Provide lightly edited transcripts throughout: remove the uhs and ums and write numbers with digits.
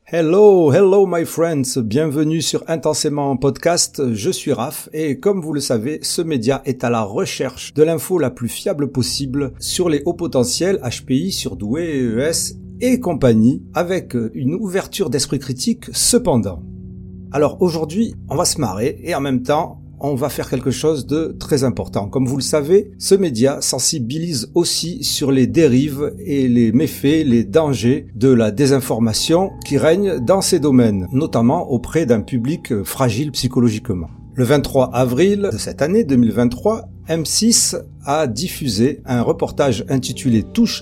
Hello my friends, bienvenue sur Intensément Podcast, je suis Raph et comme vous le savez, ce média est à la recherche de l'info la plus fiable possible sur les hauts potentiels, HPI, surdoués, EES et compagnie, avec une ouverture d'esprit critique cependant. Alors aujourd'hui, on va se marrer et en même temps, on va faire quelque chose de très important. Comme vous le savez, ce média sensibilise aussi sur les dérives et les méfaits, les dangers de la désinformation qui règnent dans ces domaines, notamment auprès d'un public fragile psychologiquement. Le 23 avril de cette année 2023, M6 a diffusé un reportage intitulé Touche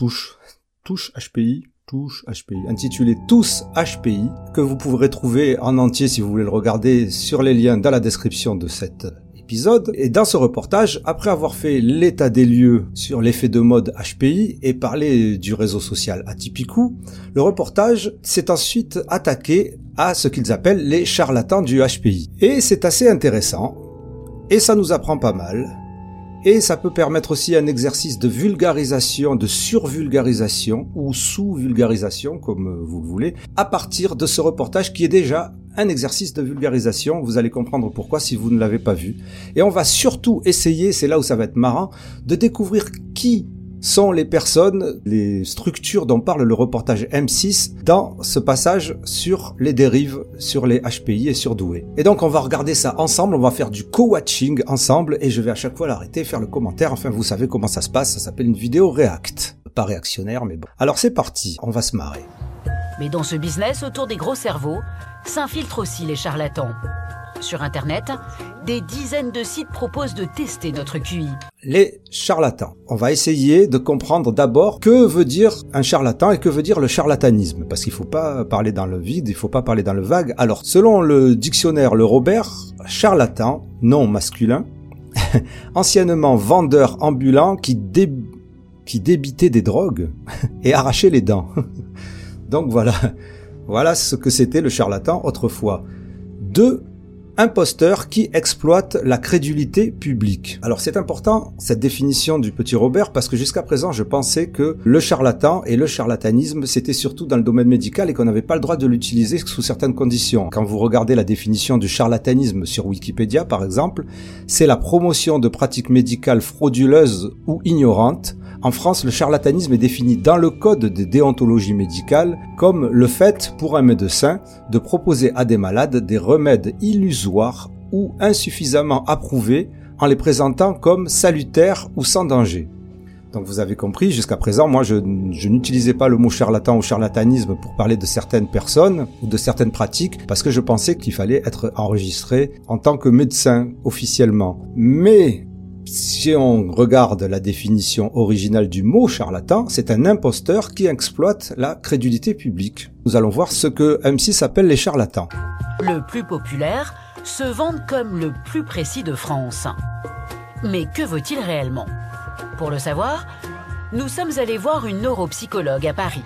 HPI, intitulé Tous HPI, que vous pourrez trouver en entier si vous voulez le regarder sur les liens dans la description de cet épisode. Et dans ce reportage, après avoir fait l'état des lieux sur l'effet de mode HPI et parlé du réseau social Atypicou, le reportage s'est ensuite attaqué à ce qu'ils appellent les charlatans du HPI. Et c'est assez intéressant, et ça nous apprend pas mal. Et ça peut permettre aussi un exercice de vulgarisation, de survulgarisation ou sous-vulgarisation, comme vous le voulez, à partir de ce reportage qui est déjà un exercice de vulgarisation. Vous allez comprendre pourquoi si vous ne l'avez pas vu. Et on va surtout essayer, c'est là où ça va être marrant, de découvrir qui sont les personnes, les structures dont parle le reportage M6 dans ce passage sur les dérives, sur les HPI et surdoués. Et donc on va regarder ça ensemble, on va faire du co-watching ensemble et je vais à chaque fois l'arrêter, faire le commentaire, enfin vous savez comment ça se passe, ça s'appelle une vidéo react. Pas réactionnaire mais bon. Alors c'est parti, on va se marrer. Mais dans ce business autour des gros cerveaux, s'infiltrent aussi les charlatans. Sur Internet, des dizaines de sites proposent de tester notre QI. Les charlatans. On va essayer de comprendre d'abord que veut dire un charlatan et que veut dire le charlatanisme. Parce qu'il ne faut pas parler dans le vide, il ne faut pas parler dans le vague. Alors, selon le dictionnaire Le Robert, charlatan, nom masculin, anciennement vendeur ambulant qui débitait des drogues et arrachait les dents. Donc voilà ce que c'était le charlatan autrefois. Imposteur qui exploite la crédulité publique. Alors c'est important cette définition du petit Robert parce que jusqu'à présent je pensais que le charlatan et le charlatanisme c'était surtout dans le domaine médical et qu'on n'avait pas le droit de l'utiliser sous certaines conditions. Quand vous regardez la définition du charlatanisme sur Wikipédia par exemple, c'est la promotion de pratiques médicales frauduleuses ou ignorantes. En France, le charlatanisme est défini dans le code de déontologie médicale comme le fait pour un médecin de proposer à des malades des remèdes illusoires ou insuffisamment approuvés en les présentant comme salutaires ou sans danger. Donc vous avez compris, jusqu'à présent, moi je n'utilisais pas le mot charlatan ou charlatanisme pour parler de certaines personnes ou de certaines pratiques parce que je pensais qu'il fallait être enregistré en tant que médecin officiellement. Mais si on regarde la définition originale du mot charlatan, c'est un imposteur qui exploite la crédulité publique. Nous allons voir ce que M6 appelle les charlatans. Le plus populaire se vante comme le plus précis de France. Mais que veut-il réellement ? Pour le savoir, nous sommes allés voir une neuropsychologue à Paris.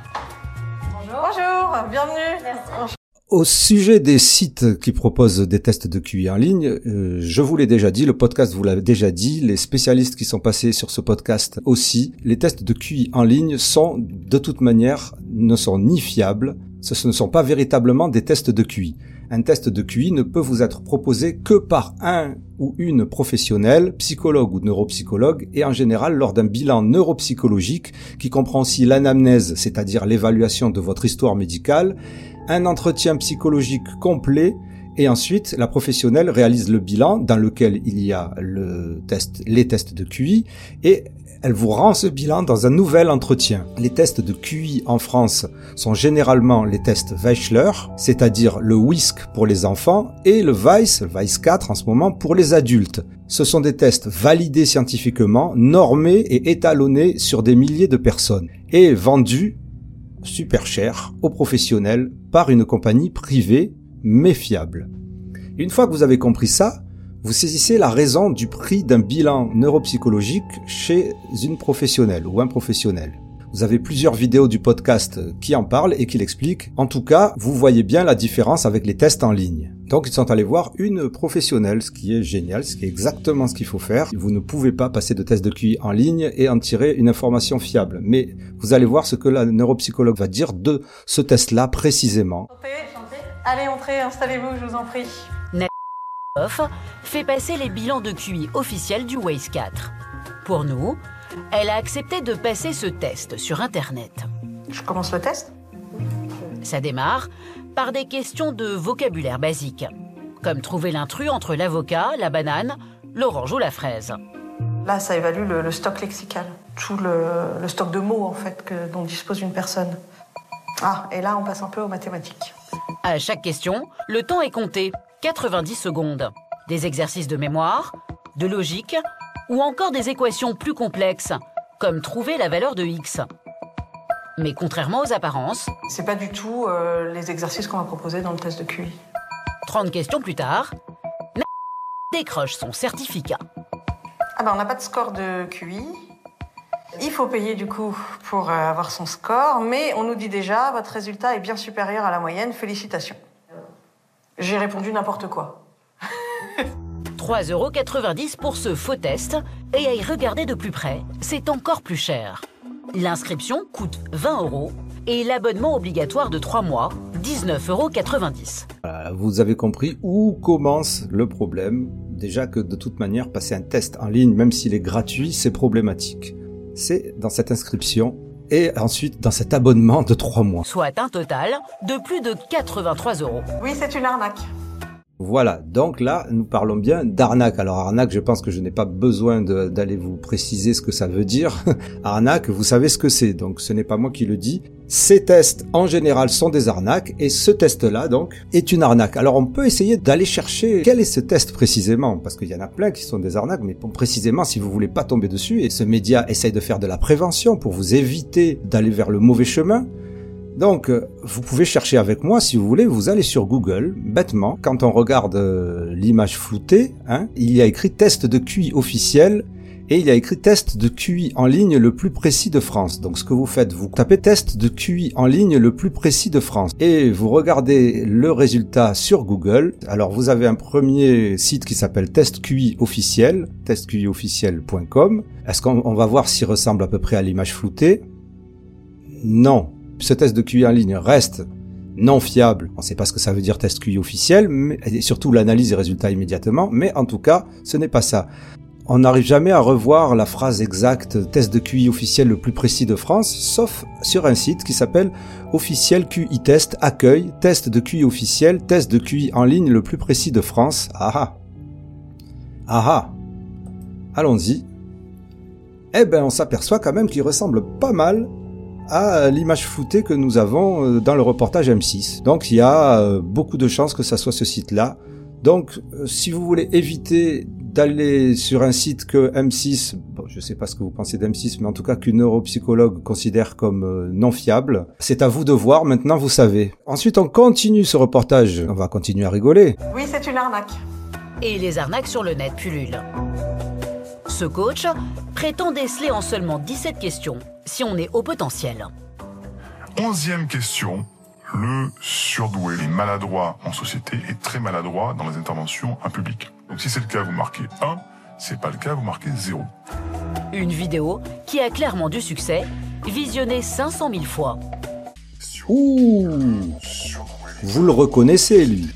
Bonjour, bienvenue. Merci. Au sujet des sites qui proposent des tests de QI en ligne, je vous l'ai déjà dit, le podcast vous l'a déjà dit, les spécialistes qui sont passés sur ce podcast aussi, les tests de QI en ligne sont, de toute manière, ne sont ni fiables, ce ne sont pas véritablement des tests de QI. Un test de QI ne peut vous être proposé que par un ou une professionnelle, psychologue ou neuropsychologue, et en général lors d'un bilan neuropsychologique qui comprend aussi l'anamnèse, c'est-à-dire l'évaluation de votre histoire médicale, un entretien psychologique complet et ensuite la professionnelle réalise le bilan dans lequel il y a les tests de QI et elle vous rend ce bilan dans un nouvel entretien. Les tests de QI en France sont généralement les tests Wechsler, c'est-à-dire le WISC pour les enfants et le Weiss 4 en ce moment pour les adultes. Ce sont des tests validés scientifiquement, normés et étalonnés sur des milliers de personnes et vendus super cher aux professionnels par une compagnie privée mais fiable. Une fois que vous avez compris ça, vous saisissez la raison du prix d'un bilan neuropsychologique chez une professionnelle ou un professionnel. Vous avez plusieurs vidéos du podcast qui en parlent et qui l'expliquent. En tout cas, vous voyez bien la différence avec les tests en ligne. Donc ils sont allés voir une professionnelle, ce qui est génial, ce qui est exactement ce qu'il faut faire. Vous ne pouvez pas passer de test de QI en ligne et en tirer une information fiable. Mais vous allez voir ce que la neuropsychologue va dire de ce test-là précisément. Allez, entrez, installez-vous, je vous en prie. Fait passer les bilans de QI officiels du WAIS 4. Pour nous, elle a accepté de passer ce test sur Internet. Je commence le test ? Ça démarre par des questions de vocabulaire basique, comme trouver l'intrus entre l'avocat, la banane, l'orange ou la fraise. Là, ça évalue le stock lexical, tout le stock de mots en fait dont dispose une personne. Ah, et là, on passe un peu aux mathématiques. À chaque question, le temps est compté, 90 secondes. Des exercices de mémoire, de logique ou encore des équations plus complexes, comme trouver la valeur de x. Mais contrairement aux apparences, c'est pas du tout les exercices qu'on va proposer dans le test de QI. 30 questions plus tard, décroche son certificat. Ah ben on n'a pas de score de QI. Il faut payer du coup pour avoir son score, mais on nous dit déjà votre résultat est bien supérieur à la moyenne, félicitations. J'ai répondu n'importe quoi. 3,90 € pour ce faux test, et à y regarder de plus près, c'est encore plus cher. L'inscription coûte 20 € et l'abonnement obligatoire de 3 mois, 19,90 €. Voilà, vous avez compris où commence le problème. Déjà que de toute manière, passer un test en ligne, même s'il est gratuit, c'est problématique. C'est dans cette inscription et ensuite dans cet abonnement de 3 mois. Soit un total de plus de 83 €. Oui, c'est une arnaque. Voilà, donc là, nous parlons bien d'arnaque. Alors arnaque, je pense que je n'ai pas besoin d'aller vous préciser ce que ça veut dire. Arnaque, vous savez ce que c'est, donc ce n'est pas moi qui le dis. Ces tests, en général, sont des arnaques, et ce test-là, donc, est une arnaque. Alors on peut essayer d'aller chercher quel est ce test précisément, parce qu'il y en a plein qui sont des arnaques, mais précisément, si vous voulez pas tomber dessus, et ce média essaye de faire de la prévention pour vous éviter d'aller vers le mauvais chemin, donc, vous pouvez chercher avec moi, si vous voulez, vous allez sur Google, bêtement, quand on regarde l'image floutée, il y a écrit test de QI officiel, et il y a écrit test de QI en ligne le plus précis de France. Donc ce que vous faites, vous tapez test de QI en ligne le plus précis de France, et vous regardez le résultat sur Google. Alors vous avez un premier site qui s'appelle test QI officiel, testqiofficiel.com. Est-ce qu'on va voir s'il ressemble à peu près à l'image floutée? Non. Ce test de QI en ligne reste non fiable. On ne sait pas ce que ça veut dire test QI officiel, mais et surtout l'analyse des résultats immédiatement, mais en tout cas, ce n'est pas ça. On n'arrive jamais à revoir la phrase exacte test de QI officiel le plus précis de France, sauf sur un site qui s'appelle officiel QI test accueil test de QI officiel test de QI en ligne le plus précis de France. Ah ah. Allons-y. Eh ben, on s'aperçoit quand même qu'il ressemble pas mal à l'image floutée que nous avons dans le reportage M6. Donc il y a beaucoup de chances que ça soit ce site-là. Donc si vous voulez éviter d'aller sur un site que M6, bon, je sais pas ce que vous pensez d'M6, mais en tout cas qu'une neuropsychologue considère comme non fiable, c'est à vous de voir, maintenant vous savez. Ensuite on continue ce reportage, on va continuer à rigoler. Oui, c'est une arnaque. Et les arnaques sur le net pullulent. Ce coach prétend déceler en seulement 17 questions si on est au potentiel. 11e question. Le surdoué est maladroit en société et très maladroit dans les interventions en public. Donc si c'est le cas, vous marquez 1. Si c'est pas le cas, vous marquez 0. Une vidéo qui a clairement du succès, visionnée 500 000 fois. Ouh, vous le reconnaissez, lui.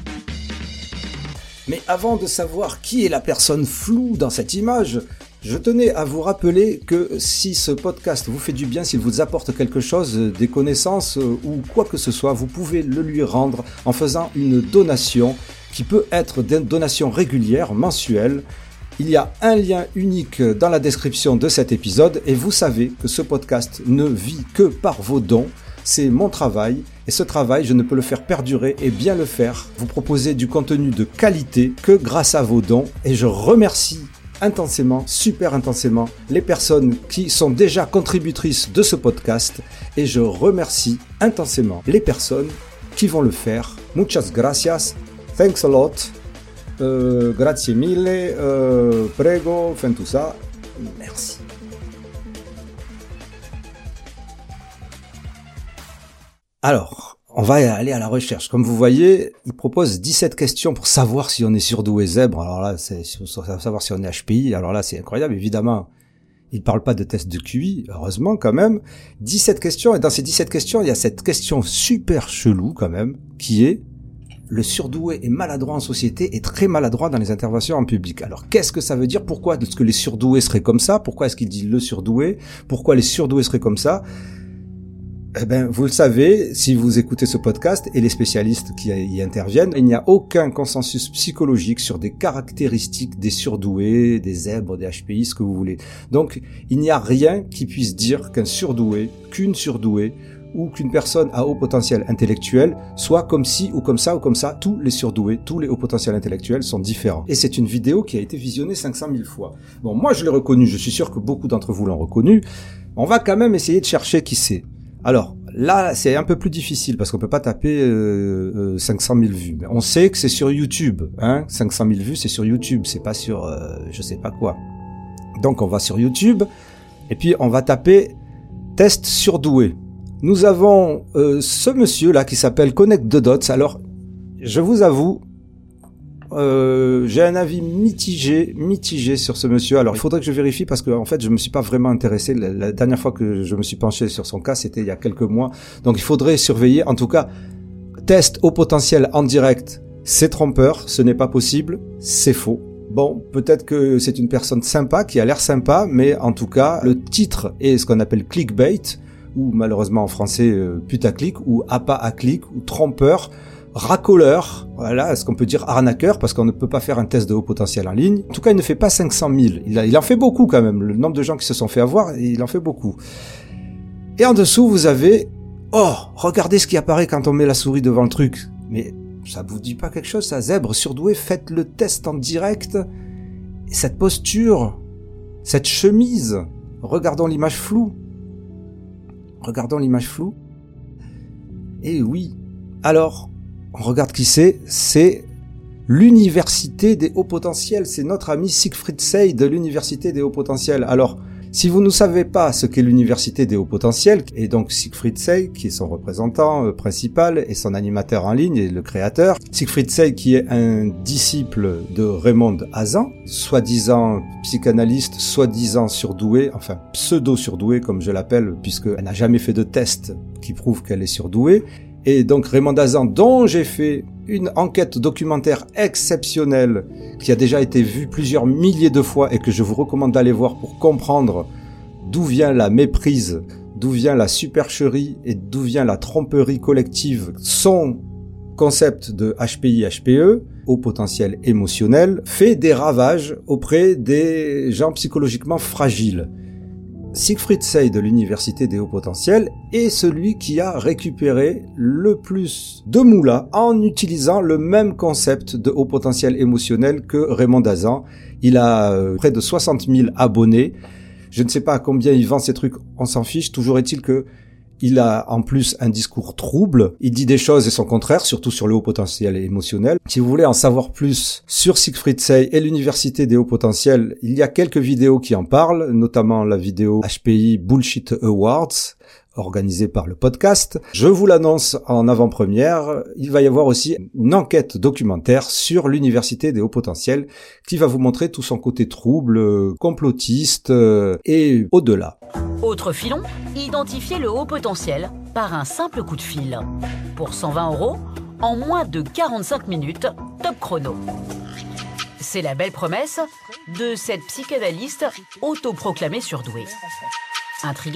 Mais avant de savoir qui est la personne floue dans cette image, je tenais à vous rappeler que si ce podcast vous fait du bien, s'il vous apporte quelque chose, des connaissances ou quoi que ce soit, vous pouvez le lui rendre en faisant une donation qui peut être une donation régulière, mensuelle. Il y a un lien unique dans la description de cet épisode et vous savez que ce podcast ne vit que par vos dons. C'est mon travail et ce travail, je ne peux le faire perdurer et bien le faire. Vous proposez du contenu de qualité que grâce à vos dons et je remercie intensément, super intensément, les personnes qui sont déjà contributrices de ce podcast et je remercie intensément les personnes qui vont le faire. Muchas gracias, thanks a lot, grazie mille, prego, enfin tout ça, merci. Alors, On va aller à la recherche. Comme vous voyez, il propose 17 questions pour savoir si on est surdoué zèbre. Alors là, c'est savoir si on est HPI. Alors là, c'est incroyable. Évidemment, il parle pas de test de QI, heureusement quand même. 17 questions, et dans ces 17 questions, il y a cette question super chelou quand même, qui est: le surdoué est maladroit en société et très maladroit dans les interventions en public. Alors, qu'est-ce que ça veut dire? Pourquoi est-ce que les surdoués seraient comme ça? Pourquoi est-ce qu'il dit le surdoué? Pourquoi les surdoués seraient comme ça? Eh ben, vous le savez, si vous écoutez ce podcast et les spécialistes qui y interviennent, il n'y a aucun consensus psychologique sur des caractéristiques des surdoués, des zèbres, des HPI, ce que vous voulez. Donc, il n'y a rien qui puisse dire qu'un surdoué, qu'une surdouée, ou qu'une personne à haut potentiel intellectuel soit comme ci ou comme ça ou comme ça. Tous les surdoués, tous les hauts potentiels intellectuels sont différents. Et c'est une vidéo qui a été visionnée 500 000 fois. Bon, moi je l'ai reconnu, je suis sûr que beaucoup d'entre vous l'ont reconnu. On va quand même essayer de chercher qui c'est. Alors, là, c'est un peu plus difficile parce qu'on peut pas taper 500 000 vues. Mais on sait que c'est sur YouTube. 500 000 vues, c'est sur YouTube, c'est pas sur je sais pas quoi. Donc on va sur YouTube et puis on va taper test surdoué. Nous avons ce monsieur-là qui s'appelle Connect the Dots. Alors, je vous avoue, j'ai un avis mitigé sur ce monsieur. Alors, il faudrait que je vérifie parce que en fait, je me suis pas vraiment intéressé. La dernière fois que je me suis penché sur son cas, c'était il y a quelques mois. Donc, il faudrait surveiller. En tout cas, test haut potentiel en direct, c'est trompeur. Ce n'est pas possible. C'est faux. Bon, peut-être que c'est une personne sympa, qui a l'air sympa, mais en tout cas, le titre est ce qu'on appelle clickbait, ou malheureusement en français putaclic, ou appât à clic, ou trompeur, racoleur, voilà, est-ce qu'on peut dire arnaqueur, parce qu'on ne peut pas faire un test de haut potentiel en ligne. En tout cas, il ne fait pas 500 000, il en fait beaucoup quand même, le nombre de gens qui se sont fait avoir, il en fait beaucoup. Et en dessous, vous avez, oh, regardez ce qui apparaît quand on met la souris devant le truc, mais ça vous dit pas quelque chose, ça, zèbre, surdoué, faites le test en direct, et cette posture, cette chemise, regardons l'image floue. Regardons l'image floue. Et oui. Alors, on regarde qui c'est l'Université des hauts potentiels. C'est notre ami Siegfried Sey de l'Université des hauts potentiels. Alors, si vous ne savez pas ce qu'est l'Université des hauts potentiels, et donc Siegfried Sey, qui est son représentant principal et son animateur en ligne et le créateur, Siegfried Sey qui est un disciple de Raymond Hazan, soi-disant psychanalyste, soi-disant surdoué, enfin pseudo-surdoué comme je l'appelle, puisqu'elle n'a jamais fait de test qui prouve qu'elle est surdouée. Et donc Raymond Hazan, dont j'ai fait une enquête documentaire exceptionnelle qui a déjà été vue plusieurs milliers de fois et que je vous recommande d'aller voir pour comprendre d'où vient la méprise, d'où vient la supercherie et d'où vient la tromperie collective. Son concept de HPI-HPE, haut potentiel émotionnel, fait des ravages auprès des gens psychologiquement fragiles. Siegfried Sey de l'Université des hauts potentiels est celui qui a récupéré le plus de moula en utilisant le même concept de haut potentiel émotionnel que Raymond Hazan. Il a près de 60 000 abonnés. Je ne sais pas à combien il vend ces trucs, on s'en fiche. Toujours est-il que il a en plus un discours trouble, il dit des choses et son contraire, surtout sur le haut potentiel émotionnel. Si vous voulez en savoir plus sur Siegfried Sey et l'Université des hauts potentiels, il y a quelques vidéos qui en parlent, notamment la vidéo HPI Bullshit Awards, organisée par le podcast. Je vous l'annonce en avant-première, il va y avoir aussi une enquête documentaire sur l'Université des hauts potentiels qui va vous montrer tout son côté trouble, complotiste et au-delà. Autre filon, identifier le haut potentiel par un simple coup de fil. Pour 120 €, en moins de 45 minutes, top chrono. C'est la belle promesse de cette psychanalyste autoproclamée surdouée. Intrigués ?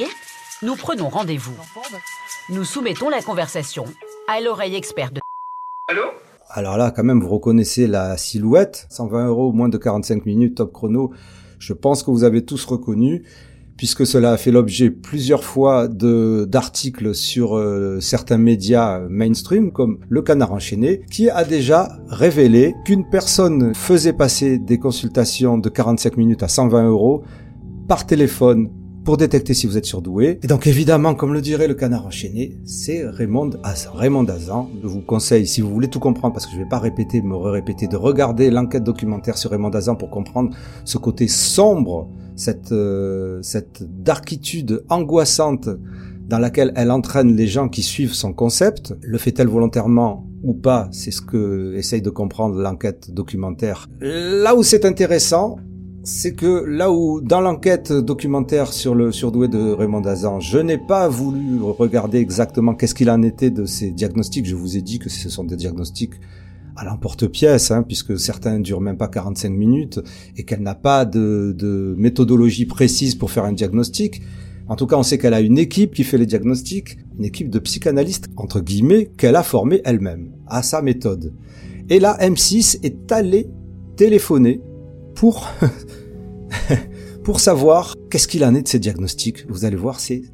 Nous prenons rendez-vous. Nous soumettons la conversation à l'oreille experte de... Allô ? Alors là, quand même, vous reconnaissez la silhouette. 120 €, moins de 45 minutes, top chrono. Je pense que vous avez tous reconnu, puisque cela a fait l'objet plusieurs fois d'articles sur certains médias mainstream, comme Le Canard enchaîné, qui a déjà révélé qu'une personne faisait passer des consultations de 45 minutes à 120 € par téléphone pour détecter si vous êtes surdoué. Et donc évidemment, comme le dirait Le Canard enchaîné, c'est Raymond Hazan. Raymond Hazan, je vous conseille, si vous voulez tout comprendre, parce que je vais pas me répéter, de regarder l'enquête documentaire sur Raymond Hazan pour comprendre ce côté sombre, cette darkitude angoissante dans laquelle elle entraîne les gens qui suivent son concept. Le fait-elle volontairement ou pas, c'est ce que essaye de comprendre l'enquête documentaire. Là où c'est intéressant, c'est que là où, dans l'enquête documentaire sur le surdoué de Raymond Dazan, je n'ai pas voulu regarder exactement qu'est-ce qu'il en était de ces diagnostics. Je vous ai dit que ce sont des diagnostics à l'emporte-pièce, puisque certains durent même pas 45 minutes et qu'elle n'a pas de méthodologie précise pour faire un diagnostic. En tout cas, on sait qu'elle a une équipe qui fait les diagnostics, une équipe de psychanalystes, entre guillemets, qu'elle a formée elle-même, à sa méthode. Et là, M6 est allé téléphoner pour pour savoir qu'est-ce qu'il en est de ces diagnostics. Vous allez voir, c'est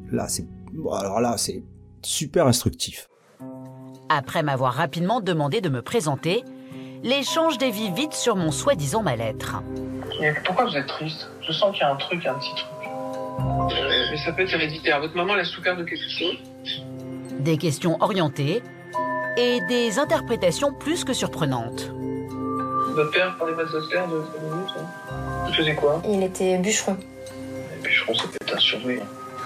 super instructif. Après m'avoir rapidement demandé de me présenter, l'échange dévie vite sur mon soi-disant mal-être. Mais pourquoi vous êtes triste? Je sens qu'il y a un petit truc. Mais ça peut être héréditaire. Votre maman, elle a souffert de quelque chose? Des questions orientées et des interprétations plus que surprenantes. Votre père parlait pas de votre père de 3 minutes, Il faisait quoi? Il était bûcheron. Bûcheron, c'est peut-être un surdoué.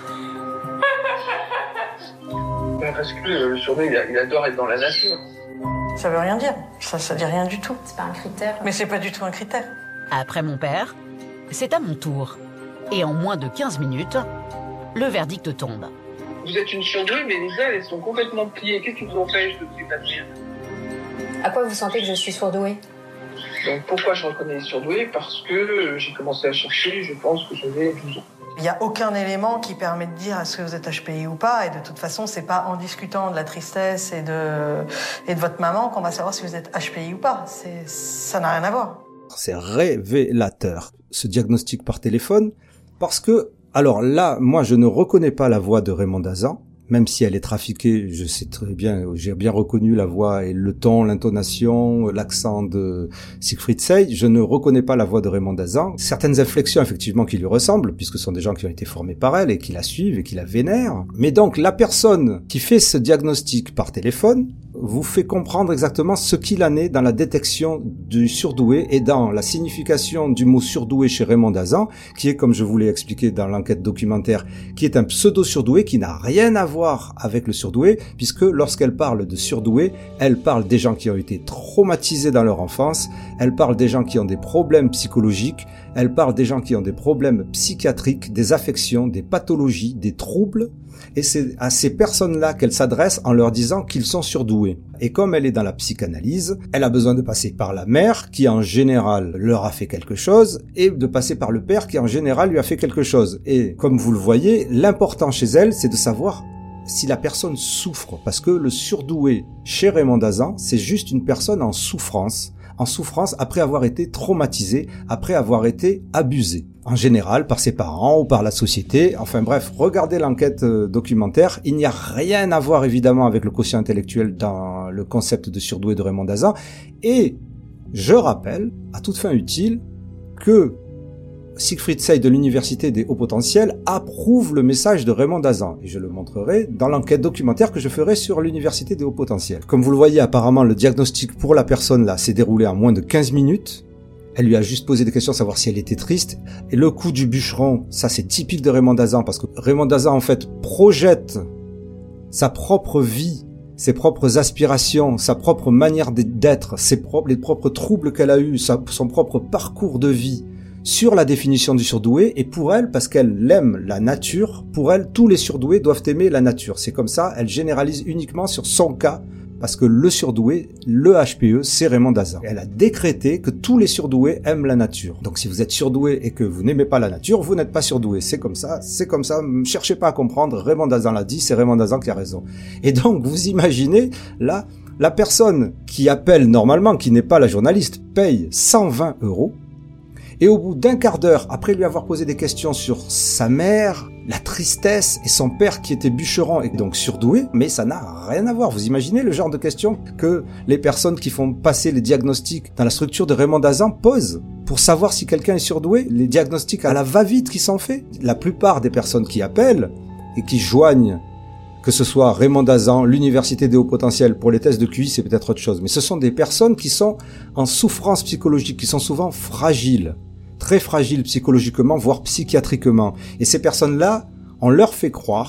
Parce que le surdoué, il adore être dans la nature. Ça veut rien dire. Ça dit rien du tout. C'est pas un critère. Mais c'est pas du tout un critère. Après mon père, c'est à mon tour. Et en moins de 15 minutes, le verdict tombe. Vous êtes une surdouée, mais les ailes, elles sont complètement pliées. Qu'est-ce qui vous empêche de vous épanouir? À quoi vous sentez que je suis surdouée? Donc pourquoi je reconnais les surdoués? Parce que j'ai commencé à chercher, je pense que j'avais 12 ans. Il n'y a aucun élément qui permet de dire est-ce que vous êtes HPI ou pas. Et de toute façon, c'est pas en discutant de la tristesse et de votre maman qu'on va savoir si vous êtes HPI ou pas. Ça n'a rien à voir. C'est révélateur, ce diagnostic par téléphone, parce que, alors là, moi, je ne reconnais pas la voix de Raymond Dazan, même si elle est trafiquée, je sais très bien, j'ai bien reconnu la voix et le ton, l'intonation, l'accent de Siegfried Sey. Je ne reconnais pas la voix de Raymond Dazan. Certaines inflexions, effectivement, qui lui ressemblent, puisque ce sont des gens qui ont été formés par elle et qui la suivent et qui la vénèrent. Mais donc, la personne qui fait ce diagnostic par téléphone vous fait comprendre exactement ce qu'il en est dans la détection du surdoué et dans la signification du mot surdoué chez Raymond Dazan, qui est, comme je vous l'ai expliqué dans l'enquête documentaire, qui est un pseudo-surdoué qui n'a rien à voir avec le surdoué, puisque lorsqu'elle parle de surdoué, elle parle des gens qui ont été traumatisés dans leur enfance, elle parle des gens qui ont des problèmes psychologiques, elle parle des gens qui ont des problèmes psychiatriques, des affections, des pathologies, des troubles, et c'est à ces personnes-là qu'elle s'adresse en leur disant qu'ils sont surdoués. Et comme elle est dans la psychanalyse, elle a besoin de passer par la mère, qui en général leur a fait quelque chose, et de passer par le père, qui en général lui a fait quelque chose. Et comme vous le voyez, l'important chez elle, c'est de savoir si la personne souffre, parce que le surdoué chez Raymond Dazan, c'est juste une personne en souffrance après avoir été traumatisé, après avoir été abusé. En général, par ses parents ou par la société. Enfin bref, regardez l'enquête documentaire. Il n'y a rien à voir évidemment avec le quotient intellectuel dans le concept de surdoué de Raymond Dazan. Et je rappelle, à toute fin utile, que Siegfried Sey de l'Université des Hauts Potentiels approuve le message de Raymond Dazan. Et je le montrerai dans l'enquête documentaire que je ferai sur l'Université des Hauts Potentiels. Comme vous le voyez, apparemment, le diagnostic pour la personne là s'est déroulé en moins de 15 minutes. Elle lui a juste posé des questions, savoir si elle était triste. Et le coup du bûcheron, ça c'est typique de Raymond Dazan, parce que Raymond Dazan en fait projette sa propre vie, ses propres aspirations, sa propre manière d'être, les propres troubles qu'elle a eus, son propre parcours de vie sur la définition du surdoué. Et pour elle, parce qu'elle aime la nature, pour elle, tous les surdoués doivent aimer la nature. C'est comme ça, elle généralise uniquement sur son cas, parce que le surdoué, le HPE, c'est Raymond Dazan. Elle a décrété que tous les surdoués aiment la nature. Donc si vous êtes surdoué et que vous n'aimez pas la nature, vous n'êtes pas surdoué. C'est comme ça, ne cherchez pas à comprendre, Raymond Dazan l'a dit, c'est Raymond Dazan qui a raison. Et donc vous imaginez, là, la personne qui appelle normalement, qui n'est pas la journaliste, paye 120 €. Et au bout d'un quart d'heure, après lui avoir posé des questions sur sa mère, la tristesse et son père qui était bûcheron et donc surdoué, mais ça n'a rien à voir. Vous imaginez le genre de questions que les personnes qui font passer les diagnostics dans la structure de Raymond Dazan posent pour savoir si quelqu'un est surdoué, les diagnostics à la va-vite qui sont faits. La plupart des personnes qui appellent et qui joignent, que ce soit Raymond Dazan, l'Université des Hauts Potentiels, pour les tests de QI, c'est peut-être autre chose, mais ce sont des personnes qui sont en souffrance psychologique, qui sont souvent fragiles. Très fragiles psychologiquement, voire psychiatriquement. Et ces personnes-là, on leur fait croire,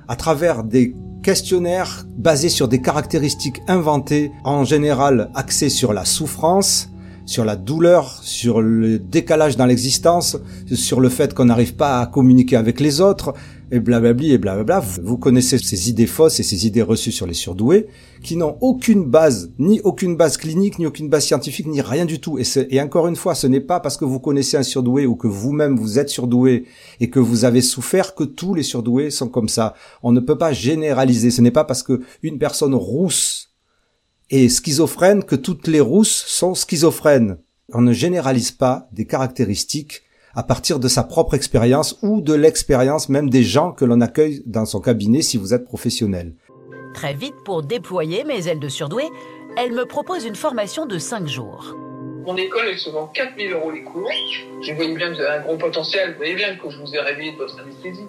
à travers des questionnaires basés sur des caractéristiques inventées, en général axés sur la souffrance, sur la douleur, sur le décalage dans l'existence, sur le fait qu'on n'arrive pas à communiquer avec les autres, et blablabli et blablabla. Vous connaissez ces idées fausses et ces idées reçues sur les surdoués, qui n'ont aucune base, ni aucune base clinique, ni aucune base scientifique, ni rien du tout. Et encore une fois, ce n'est pas parce que vous connaissez un surdoué ou que vous-même vous êtes surdoué et que vous avez souffert que tous les surdoués sont comme ça. On ne peut pas généraliser. Ce n'est pas parce que une personne rousse est schizophrène que toutes les rousses sont schizophrènes. On ne généralise pas des caractéristiques à partir de sa propre expérience ou de l'expérience même des gens que l'on accueille dans son cabinet si vous êtes professionnel. Très vite, pour déployer mes ailes de surdoué, elle me propose une formation de 5 jours. Mon école, elle se vend 4 000 € les cours. Je voyais bien que vous avez un gros potentiel. Vous voyez bien que je vous ai réveillé de votre anesthésie.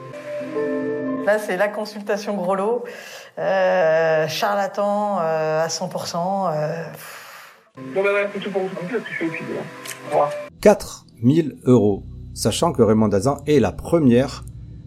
Là, c'est la consultation gros lot. Charlatan à 100%. Bon, ben voilà, c'est tout pour vous. Parce que je suis épuisé. Au revoir. 4 000 €, sachant que Raymond Dazan est la première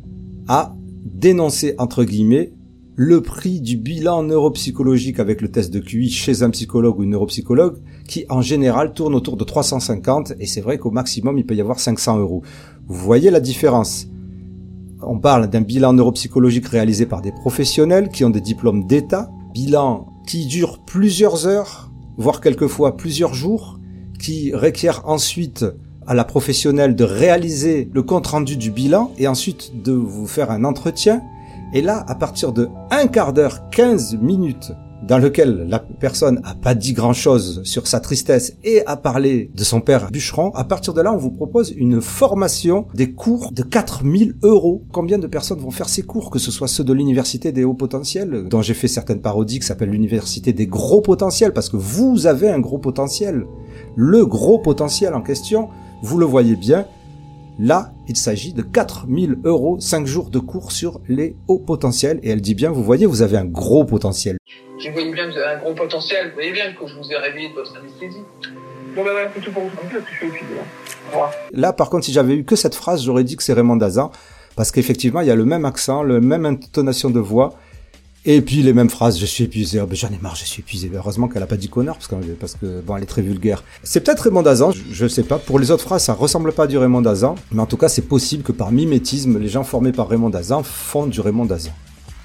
à dénoncer, entre guillemets, le prix du bilan neuropsychologique avec le test de QI chez un psychologue ou une neuropsychologue qui, en général, tourne autour de 350 et c'est vrai qu'au maximum, il peut y avoir 500 €. Vous voyez la différence. On parle d'un bilan neuropsychologique réalisé par des professionnels qui ont des diplômes d'État, bilan qui dure plusieurs heures, voire quelquefois plusieurs jours, qui requiert ensuite à la professionnelle de réaliser le compte-rendu du bilan et ensuite de vous faire un entretien. Et là, à partir de 1 quart d'heure, 15 minutes, dans lequel la personne a pas dit grand-chose sur sa tristesse et a parlé de son père bûcheron, à partir de là, on vous propose une formation, des cours de 4 000 €. Combien de personnes vont faire ces cours, que ce soit ceux de l'université des hauts potentiels, dont j'ai fait certaines parodies, qui s'appellent l'université des gros potentiels, parce que vous avez un gros potentiel. Le gros potentiel en question, vous le voyez bien, là, il s'agit de 4 000 €, 5 jours de cours sur les hauts potentiels. Et elle dit bien, vous voyez, vous avez un gros potentiel. Je voyais bien que vous avez un gros potentiel. Vous voyez bien que je vous ai réveillé de votre anesthésie. Bon, ben voilà, c'est tout pour vous. Parce que je suis épuisé. Au revoir. Là, par contre, si j'avais eu que cette phrase, j'aurais dit que c'est Raymond Dazan, parce qu'effectivement, il y a le même accent, la même intonation de voix, et puis les mêmes phrases, je suis épuisé, oh, ben j'en ai marre, je suis épuisé. Heureusement qu'elle a pas dit connard, parce que bon, elle est très vulgaire. C'est peut-être Raymond Dazan, je sais pas. Pour les autres phrases, ça ressemble pas à du Raymond Dazan, mais en tout cas, c'est possible que par mimétisme, les gens formés par Raymond Dazan font du Raymond Dazan.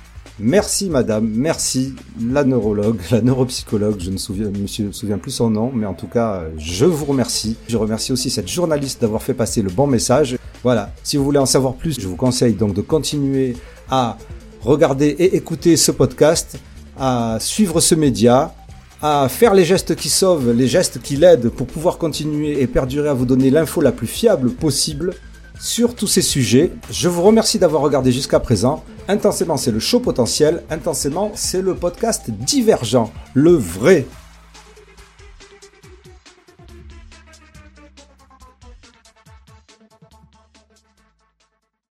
Merci madame, merci la neurologue, la neuropsychologue, je me souviens plus son nom, mais en tout cas, je vous remercie. Je remercie aussi cette journaliste d'avoir fait passer le bon message. Voilà, si vous voulez en savoir plus, je vous conseille donc de continuer à regarder et écouter ce podcast, à suivre ce média, à faire les gestes qui sauvent, les gestes qui l'aident pour pouvoir continuer et perdurer à vous donner l'info la plus fiable possible sur tous ces sujets. Je vous remercie d'avoir regardé jusqu'à présent. Intensément, c'est le show potentiel. Intensément, c'est le podcast divergent, le vrai.